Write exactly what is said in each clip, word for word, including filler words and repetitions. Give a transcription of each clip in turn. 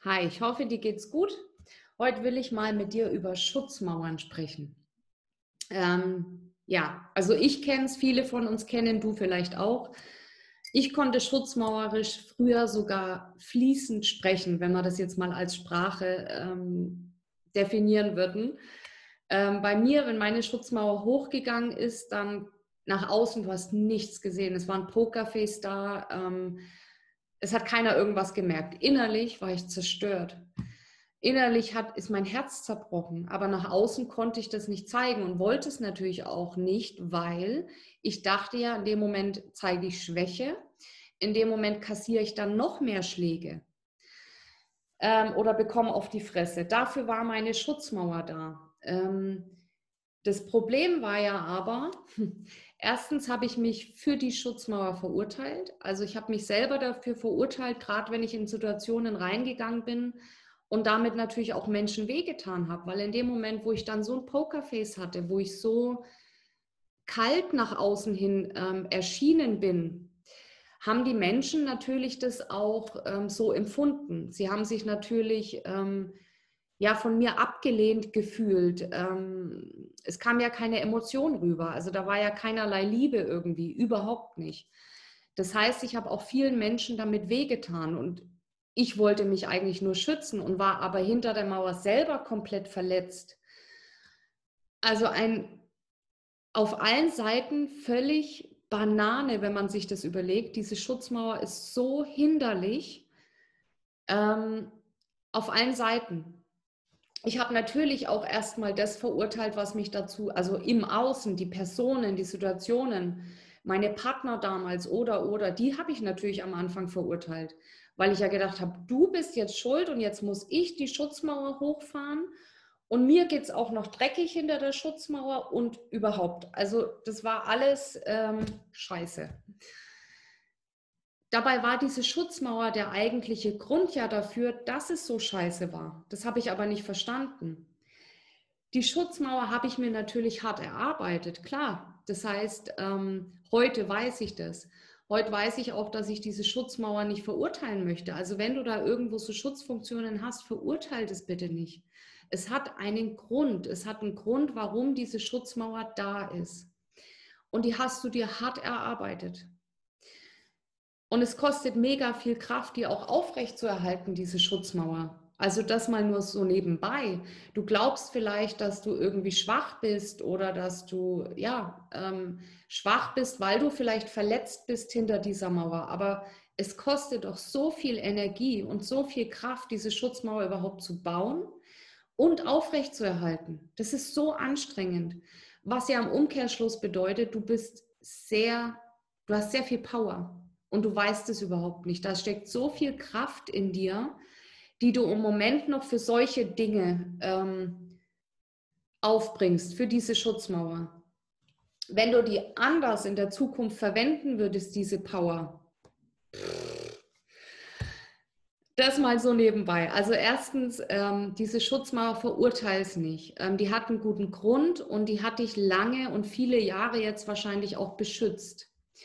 Hi, ich hoffe, dir geht's gut. Heute will ich mal mit dir über Schutzmauern sprechen. Ähm, ja, also ich kenne es, viele von uns kennen, du vielleicht auch. Ich konnte schutzmauerisch früher sogar fließend sprechen, wenn wir das jetzt mal als Sprache ähm, definieren würden. Ähm, bei mir, wenn meine Schutzmauer hochgegangen ist, dann nach außen, du hast nichts gesehen. Es war ein Pokerface da. Ähm, es hat keiner irgendwas gemerkt. Innerlich war ich zerstört. Innerlich hat, ist mein Herz zerbrochen, aber nach außen konnte ich das nicht zeigen und wollte es natürlich auch nicht, weil ich dachte ja, in dem Moment zeige ich Schwäche, in dem Moment kassiere ich dann noch mehr Schläge ähm, oder bekomme auf die Fresse. Dafür war meine Schutzmauer da. Ähm, das Problem war ja aber, erstens habe ich mich für die Schutzmauer verurteilt. Also ich habe mich selber dafür verurteilt, gerade wenn ich in Situationen reingegangen bin und damit natürlich auch Menschen wehgetan habe. Weil in dem Moment, wo ich dann so ein Pokerface hatte, wo ich so kalt nach außen hin ähm, erschienen bin, haben die Menschen natürlich das auch ähm, so empfunden. Sie haben sich natürlich ähm, ja von mir abgelehnt gefühlt. Ähm, es kam ja keine Emotion rüber. Also da war ja keinerlei Liebe irgendwie, überhaupt nicht. Das heißt, ich habe auch vielen Menschen damit wehgetan und ich wollte mich eigentlich nur schützen und war aber hinter der Mauer selber komplett verletzt. Also ein auf allen Seiten völlig Banane, wenn man sich das überlegt. Diese Schutzmauer ist so hinderlich ähm, auf allen Seiten. Ich habe natürlich auch erstmal das verurteilt, was mich dazu, also im Außen, die Personen, die Situationen, meine Partner damals oder oder, die habe ich natürlich am Anfang verurteilt, weil ich ja gedacht habe, du bist jetzt schuld und jetzt muss ich die Schutzmauer hochfahren und mir geht es auch noch dreckig hinter der Schutzmauer und überhaupt. Also das war alles ähm, scheiße. Dabei war diese Schutzmauer der eigentliche Grund ja dafür, dass es so scheiße war. Das habe ich aber nicht verstanden. Die Schutzmauer habe ich mir natürlich hart erarbeitet, klar. Das heißt, ähm, heute weiß ich das. Heute weiß ich auch, dass ich diese Schutzmauer nicht verurteilen möchte. Also wenn du da irgendwo so Schutzfunktionen hast, verurteile das bitte nicht. Es hat einen Grund. Es hat einen Grund, warum diese Schutzmauer da ist. Und die hast du dir hart erarbeitet. Und es kostet mega viel Kraft, die auch aufrechtzuerhalten, diese Schutzmauer. Also das mal nur so nebenbei. Du glaubst vielleicht, dass du irgendwie schwach bist oder dass du ja ähm, schwach bist, weil du vielleicht verletzt bist hinter dieser Mauer. Aber es kostet doch so viel Energie und so viel Kraft, diese Schutzmauer überhaupt zu bauen und aufrechtzuerhalten. Das ist so anstrengend. Was ja im Umkehrschluss bedeutet, du bist sehr, du hast sehr viel Power. Und du weißt es überhaupt nicht. Da steckt so viel Kraft in dir, die du im Moment noch für solche Dinge ähm, aufbringst, für diese Schutzmauer. Wenn du die anders in der Zukunft verwenden würdest, diese Power, das mal so nebenbei. Also erstens, ähm, diese Schutzmauer verurteile es nicht. Ähm, die hat einen guten Grund und die hat dich lange und viele Jahre jetzt wahrscheinlich auch beschützt.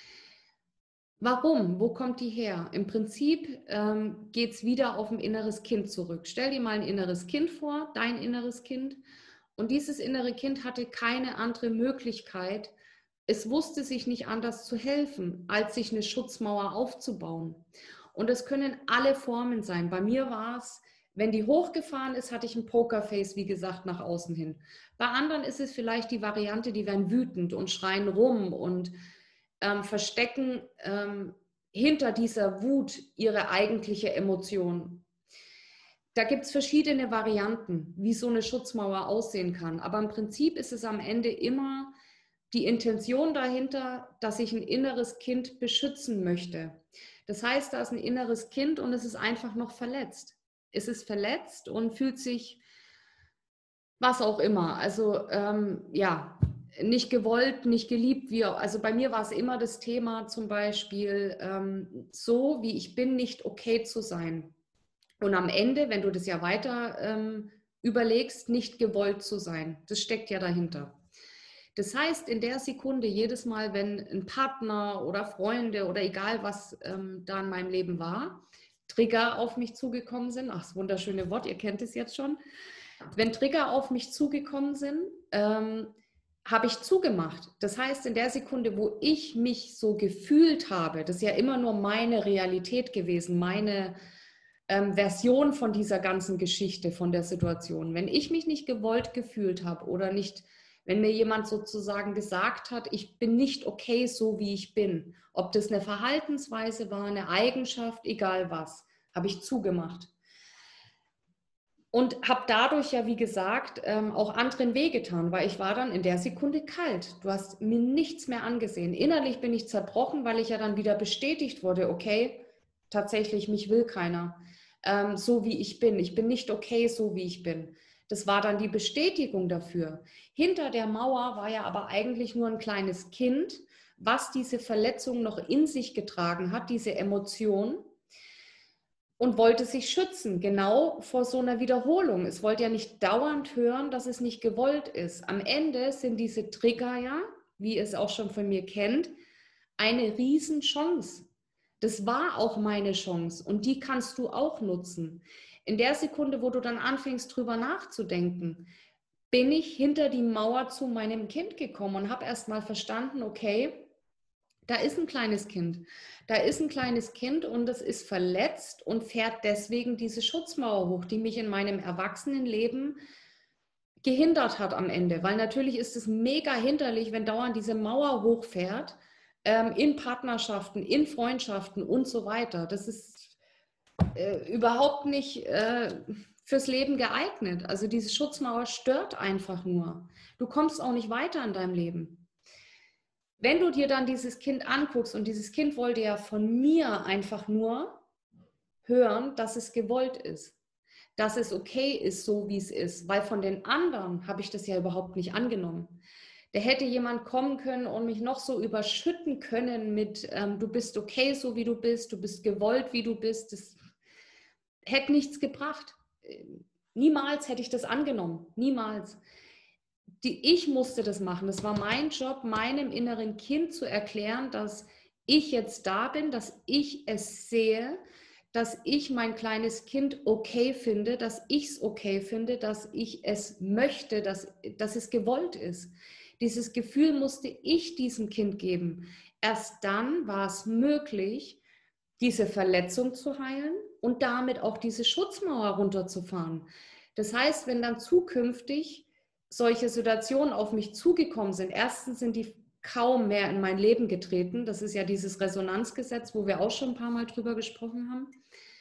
Warum? Wo kommt die her? Im Prinzip ähm, geht es wieder auf ein inneres Kind zurück. Stell dir mal ein inneres Kind vor, dein inneres Kind. Und dieses innere Kind hatte keine andere Möglichkeit. Es wusste sich nicht anders zu helfen, als sich eine Schutzmauer aufzubauen. Und es können alle Formen sein. Bei mir war es, wenn die hochgefahren ist, hatte ich ein Pokerface, wie gesagt, nach außen hin. Bei anderen ist es vielleicht die Variante, die werden wütend und schreien rum und ähm, verstecken ähm, hinter dieser Wut ihre eigentliche Emotion. Da gibt es verschiedene Varianten, wie so eine Schutzmauer aussehen kann. Aber im Prinzip ist es am Ende immer die Intention dahinter, dass ich ein inneres Kind beschützen möchte. Das heißt, da ist ein inneres Kind und es ist einfach noch verletzt. Es ist verletzt und fühlt sich was auch immer. Also ähm, ja, nicht gewollt, nicht geliebt. Wie, also bei mir war es immer das Thema zum Beispiel, ähm, so wie ich bin, nicht okay zu sein. Und am Ende, wenn du das ja weiter ähm, überlegst, nicht gewollt zu sein. Das steckt ja dahinter. Das heißt, in der Sekunde, jedes Mal, wenn ein Partner oder Freunde oder egal was ähm, da in meinem Leben war, Trigger auf mich zugekommen sind, ach, das wunderschöne Wort, ihr kennt es jetzt schon, wenn Trigger auf mich zugekommen sind, ähm, habe ich zugemacht. Das heißt, in der Sekunde, wo ich mich so gefühlt habe, das ist ja immer nur meine Realität gewesen, meine ähm, Version von dieser ganzen Geschichte, von der Situation. Wenn ich mich nicht gewollt gefühlt habe oder nicht, wenn mir jemand sozusagen gesagt hat, ich bin nicht okay, so wie ich bin, ob das eine Verhaltensweise war, eine Eigenschaft, egal was, habe ich zugemacht. Und habe dadurch ja, wie gesagt, ähm, auch anderen wehgetan, weil ich war dann in der Sekunde kalt. Du hast mir nichts mehr angesehen. Innerlich bin ich zerbrochen, weil ich ja dann wieder bestätigt wurde, okay, tatsächlich, mich will keiner, ähm, so wie ich bin. Ich bin nicht okay, so wie ich bin. Das war dann die Bestätigung dafür. Hinter der Mauer war ja aber eigentlich nur ein kleines Kind, was diese Verletzung noch in sich getragen hat, diese Emotion, und wollte sich schützen, genau vor so einer Wiederholung. Es wollte ja nicht dauernd hören, dass es nicht gewollt ist. Am Ende sind diese Trigger ja, wie ihr es auch schon von mir kennt, eine Riesenchance. Das war auch meine Chance und die kannst du auch nutzen. In der Sekunde, wo du dann anfängst, drüber nachzudenken, bin ich hinter die Mauer zu meinem Kind gekommen und habe erst mal verstanden, okay, da ist ein kleines Kind. Da ist ein kleines Kind und es ist verletzt und fährt deswegen diese Schutzmauer hoch, die mich in meinem Erwachsenenleben gehindert hat am Ende. Weil natürlich ist es mega hinderlich, wenn dauernd diese Mauer hochfährt, ähm, in Partnerschaften, in Freundschaften und so weiter. Das ist äh, überhaupt nicht äh, fürs Leben geeignet. Also diese Schutzmauer stört einfach nur. Du kommst auch nicht weiter in deinem Leben. Wenn du dir dann dieses Kind anguckst und dieses Kind wollte ja von mir einfach nur hören, dass es gewollt ist, dass es okay ist, so wie es ist, weil von den anderen habe ich das ja überhaupt nicht angenommen. Da hätte jemand kommen können und mich noch so überschütten können mit, ähm, du bist okay, so wie du bist, du bist gewollt, wie du bist. Das hätte nichts gebracht. Niemals hätte ich das angenommen, niemals. Die, ich musste das machen. Das war mein Job, meinem inneren Kind zu erklären, dass ich jetzt da bin, dass ich es sehe, dass ich mein kleines Kind okay finde, dass ich es okay finde, dass ich es möchte, dass, dass es gewollt ist. Dieses Gefühl musste ich diesem Kind geben. Erst dann war es möglich, diese Verletzung zu heilen und damit auch diese Schutzmauer runterzufahren. Das heißt, wenn dann zukünftig solche Situationen auf mich zugekommen sind, erstens sind die kaum mehr in mein Leben getreten. Das ist ja dieses Resonanzgesetz, wo wir auch schon ein paar Mal drüber gesprochen haben.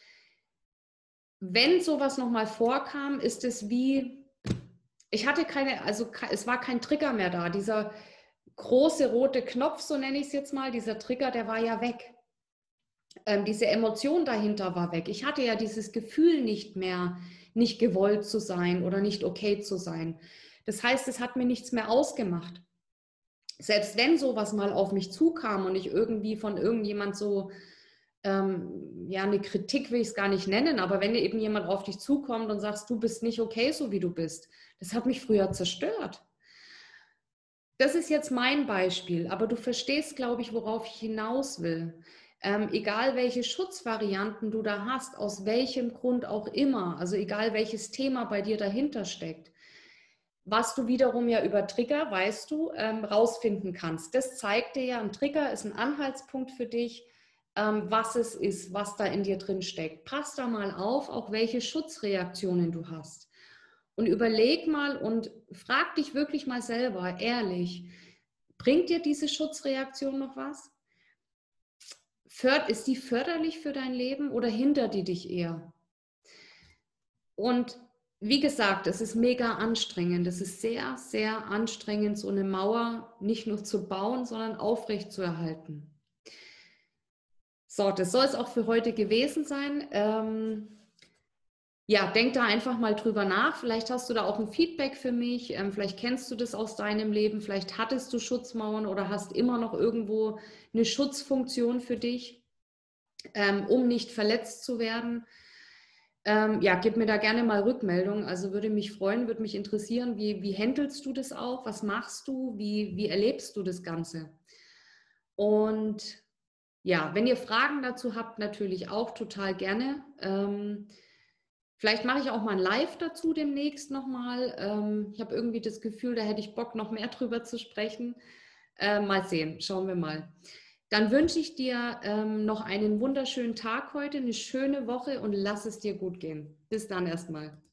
Wenn sowas nochmal vorkam, ist es wie, ich hatte keine, also es war kein Trigger mehr da. Dieser große rote Knopf, so nenne ich es jetzt mal, dieser Trigger, der war ja weg. Ähm, diese Emotion dahinter war weg. Ich hatte ja dieses Gefühl nicht mehr, nicht gewollt zu sein oder nicht okay zu sein. Das heißt, es hat mir nichts mehr ausgemacht. Selbst wenn sowas mal auf mich zukam und ich irgendwie von irgendjemand so, ähm, ja, eine Kritik will ich es gar nicht nennen, aber wenn eben jemand auf dich zukommt und sagst, du bist nicht okay, so wie du bist, das hat mich früher zerstört. Das ist jetzt mein Beispiel, aber du verstehst, glaube ich, worauf ich hinaus will. Ähm, egal welche Schutzvarianten du da hast, aus welchem Grund auch immer, also egal welches Thema bei dir dahinter steckt, was du wiederum ja über Trigger, weißt du, ähm, rausfinden kannst. Das zeigt dir ja, ein Trigger ist ein Anhaltspunkt für dich, ähm, was es ist, was da in dir drin steckt. Pass da mal auf, auch welche Schutzreaktionen du hast. Und überleg mal und frag dich wirklich mal selber, ehrlich, bringt dir diese Schutzreaktion noch was? Ist die förderlich für dein Leben oder hindert die dich eher? Und wie gesagt, es ist mega anstrengend. Es ist sehr, sehr anstrengend, so eine Mauer nicht nur zu bauen, sondern aufrecht zu erhalten. So, das soll es auch für heute gewesen sein. Ähm, ja, denk da einfach mal drüber nach. Vielleicht hast du da auch ein Feedback für mich. Ähm, vielleicht kennst du das aus deinem Leben. Vielleicht hattest du Schutzmauern oder hast immer noch irgendwo eine Schutzfunktion für dich, ähm, um nicht verletzt zu werden. Ähm, ja, gib mir da gerne mal Rückmeldung. Also würde mich freuen, würde mich interessieren, wie, wie handelst du das auch? Was machst du? Wie, wie erlebst du das Ganze? Und ja, wenn ihr Fragen dazu habt, natürlich auch total gerne. Ähm, vielleicht mache ich auch mal ein Live dazu demnächst nochmal. Ähm, ich habe irgendwie das Gefühl, da hätte ich Bock, noch mehr drüber zu sprechen. Äh, mal sehen, schauen wir mal. Dann wünsche ich dir ähm, noch einen wunderschönen Tag heute, eine schöne Woche und lass es dir gut gehen. Bis dann erstmal.